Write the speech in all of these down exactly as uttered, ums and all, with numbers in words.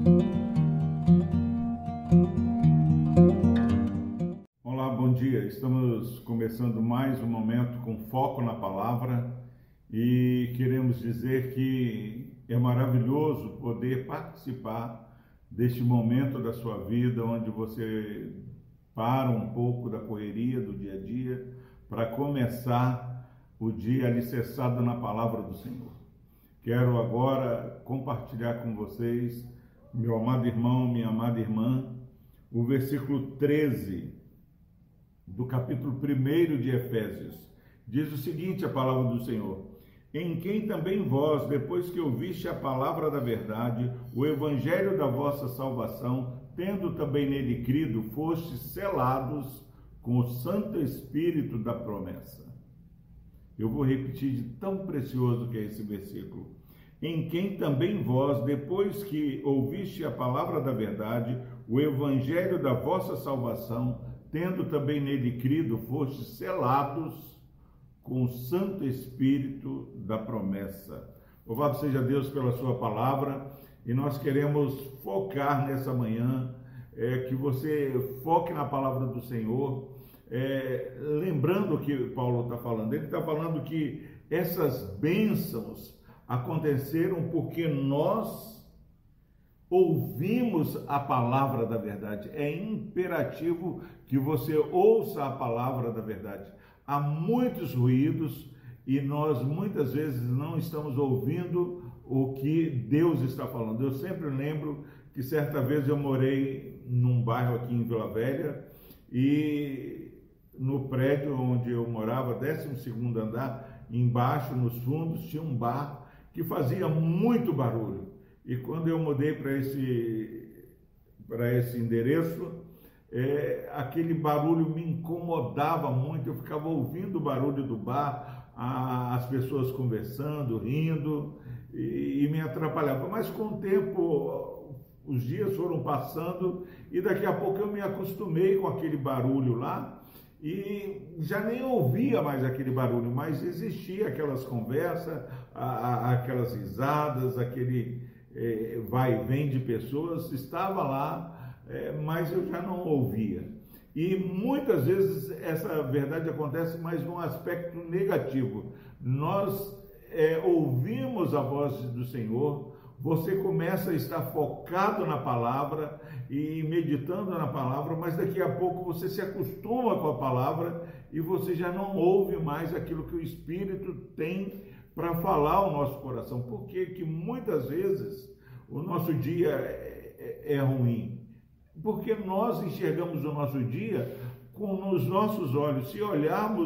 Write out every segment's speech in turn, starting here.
Olá, bom dia. Estamos começando mais um momento com foco na palavra e queremos dizer que é maravilhoso poder participar deste momento da sua vida onde você para um pouco da correria do dia a dia para começar o dia alicerçado na palavra do Senhor. Quero agora compartilhar com vocês, meu amado irmão, minha amada irmã, o versículo treze do capítulo primeiro de Efésios. Diz o seguinte, a palavra do Senhor: em quem também vós, depois que ouviste a palavra da verdade, o evangelho da vossa salvação, tendo também nele crido, fostes selados com o Santo Espírito da promessa. Eu vou repetir de tão precioso que é esse versículo. Em quem também vós, depois que ouviste a palavra da verdade, o evangelho da vossa salvação, tendo também nele crido, fostes selados com o Santo Espírito da promessa. Louvado seja Deus pela sua palavra, e nós queremos focar nessa manhã, é, que você foque na palavra do Senhor, é, lembrando o que Paulo está falando. Ele está falando que essas bênçãos aconteceram porque nós ouvimos a palavra da verdade. É imperativo que você ouça a palavra da verdade. Há muitos ruídos e nós muitas vezes não estamos ouvindo o que Deus está falando. Eu sempre lembro que certa vez eu morei num bairro aqui em Vila Velha e no prédio onde eu morava, décimo segundo andar, embaixo, nos fundos, tinha um bar que fazia muito barulho. E quando eu mudei para esse, para esse endereço, é, aquele barulho me incomodava muito. Eu ficava ouvindo o barulho do bar, a, as pessoas conversando, rindo, e, e me atrapalhava. Mas com o tempo, os dias foram passando e daqui a pouco eu me acostumei com aquele barulho lá e já nem ouvia mais aquele barulho, mas existia aquelas conversas, a, a, aquelas risadas, aquele é, vai e vem de pessoas, estava lá, é, mas eu já não ouvia. E muitas vezes essa verdade acontece, mas num aspecto negativo. Nós é, ouvimos a voz do Senhor, você começa a estar focado na palavra e meditando na palavra, mas daqui a pouco você se acostuma com a palavra e você já não ouve mais aquilo que o Espírito tem para falar ao nosso coração. Por que que muitas vezes o nosso dia é, é, é ruim? Porque nós enxergamos o nosso dia com os nossos olhos. Se olharmos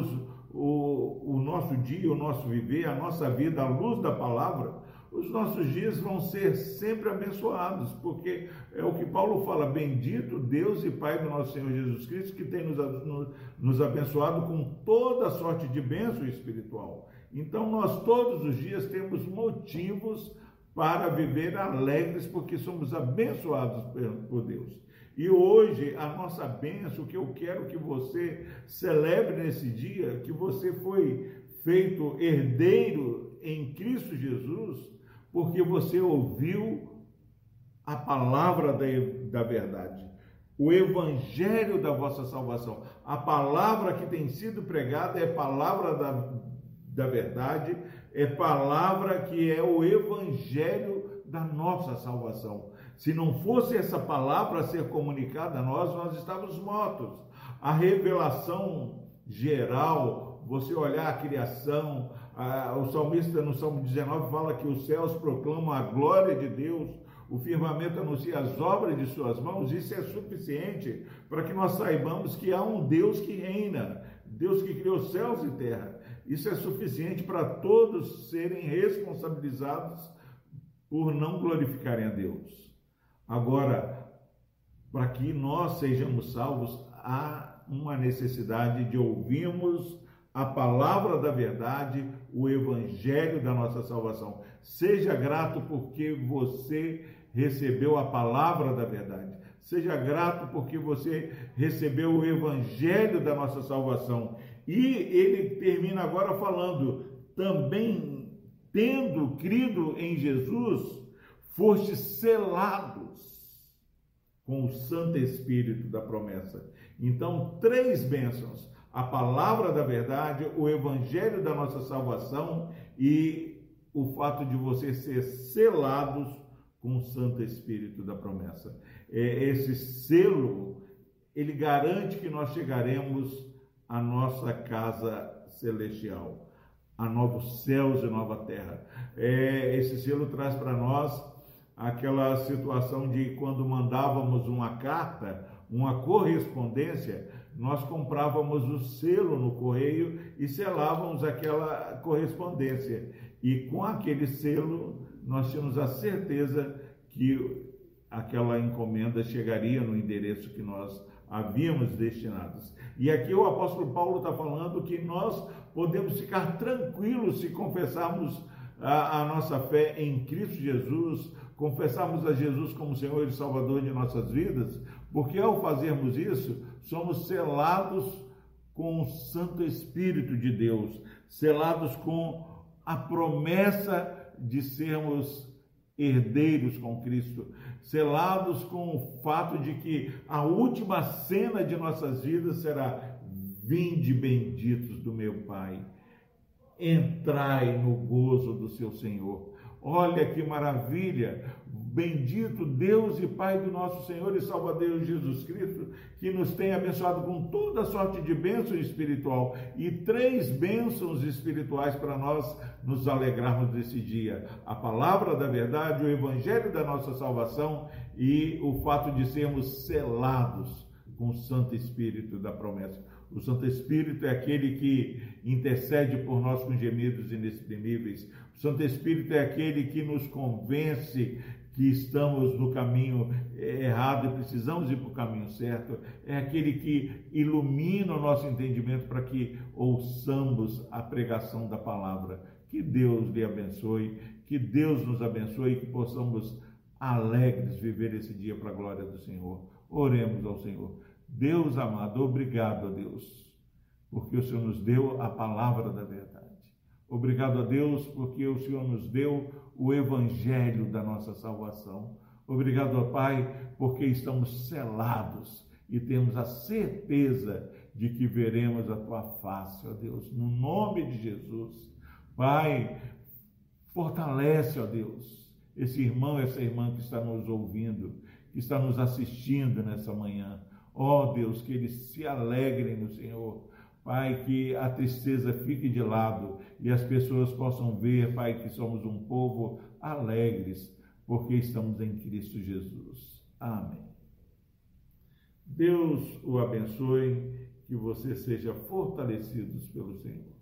o, o nosso dia, o nosso viver, a nossa vida à luz da palavra, os nossos dias vão ser sempre abençoados, porque é o que Paulo fala: bendito Deus e Pai do nosso Senhor Jesus Cristo, que tem nos, nos, nos abençoado com toda sorte de bênção espiritual. Então nós todos os dias temos motivos para viver alegres, porque somos abençoados por Deus. E hoje a nossa bênção, que eu quero que você celebre nesse dia, que você foi feito herdeiro em Cristo Jesus, porque você ouviu a palavra da, da verdade, o evangelho da vossa salvação. A palavra que tem sido pregada é palavra da, da verdade, é palavra que é o evangelho da nossa salvação. Se não fosse essa palavra a ser comunicada a nós, nós estávamos mortos. A revelação geral, você olhar a criação, a, o salmista no Salmo dezenove fala que os céus proclamam a glória de Deus, o firmamento anuncia as obras de suas mãos. Isso é suficiente para que nós saibamos que há um Deus que reina, Deus que criou céus e terra. Isso é suficiente para todos serem responsabilizados por não glorificarem a Deus. Agora, para que nós sejamos salvos, há uma necessidade de ouvirmos a palavra da verdade, o evangelho da nossa salvação. Seja grato porque você recebeu a palavra da verdade. Seja grato porque você recebeu o evangelho da nossa salvação. E ele termina agora falando: também tendo crido em Jesus, fostes selados com o Santo Espírito da promessa. Então, três bênçãos: a palavra da verdade, o evangelho da nossa salvação e o fato de você ser selados com o Santo Espírito da promessa. Esse selo, ele garante que nós chegaremos à nossa casa celestial, a novos céus e nova terra. Esse selo traz para nós aquela situação de quando mandávamos uma carta, uma correspondência, nós comprávamos o selo no correio e selávamos aquela correspondência. E com aquele selo, nós tínhamos a certeza que aquela encomenda chegaria no endereço que nós havíamos destinados. E aqui o apóstolo Paulo está falando que nós podemos ficar tranquilos se confessarmos a, a nossa fé em Cristo Jesus, confessarmos a Jesus como Senhor e Salvador de nossas vidas, porque ao fazermos isso, somos selados com o Santo Espírito de Deus, selados com a promessa de sermos herdeiros com Cristo, selados com o fato de que a última cena de nossas vidas será: vinde benditos do meu Pai, entrai no gozo do seu Senhor. Olha que maravilha! Bendito Deus e Pai do nosso Senhor e Salvador Jesus Cristo, que nos tem abençoado com toda sorte de bênção espiritual, e três bênçãos espirituais para nós nos alegrarmos desse dia: a palavra da verdade, o evangelho da nossa salvação e o fato de sermos selados com o Santo Espírito da promessa. O Santo Espírito é aquele que intercede por nós com gemidos inexprimíveis. O Santo Espírito é aquele que nos convence que estamos no caminho errado e precisamos ir para o caminho certo. É aquele que ilumina o nosso entendimento para que ouçamos a pregação da palavra. Que Deus lhe abençoe, que Deus nos abençoe e que possamos alegres viver esse dia para a glória do Senhor. Oremos ao Senhor. Deus amado, obrigado a Deus, porque o Senhor nos deu a palavra da verdade. Obrigado a Deus, porque o Senhor nos deu o evangelho da nossa salvação. Obrigado, ó Pai, porque estamos selados e temos a certeza de que veremos a Tua face, ó Deus, no nome de Jesus. Pai, fortalece, ó Deus, esse irmão, essa irmã que está nos ouvindo, que está nos assistindo nessa manhã. Ó Deus, que eles se alegrem no Senhor. Pai, que a tristeza fique de lado e as pessoas possam ver, Pai, que somos um povo alegres, porque estamos em Cristo Jesus. Amém. Deus o abençoe, que você seja fortalecido pelo Senhor.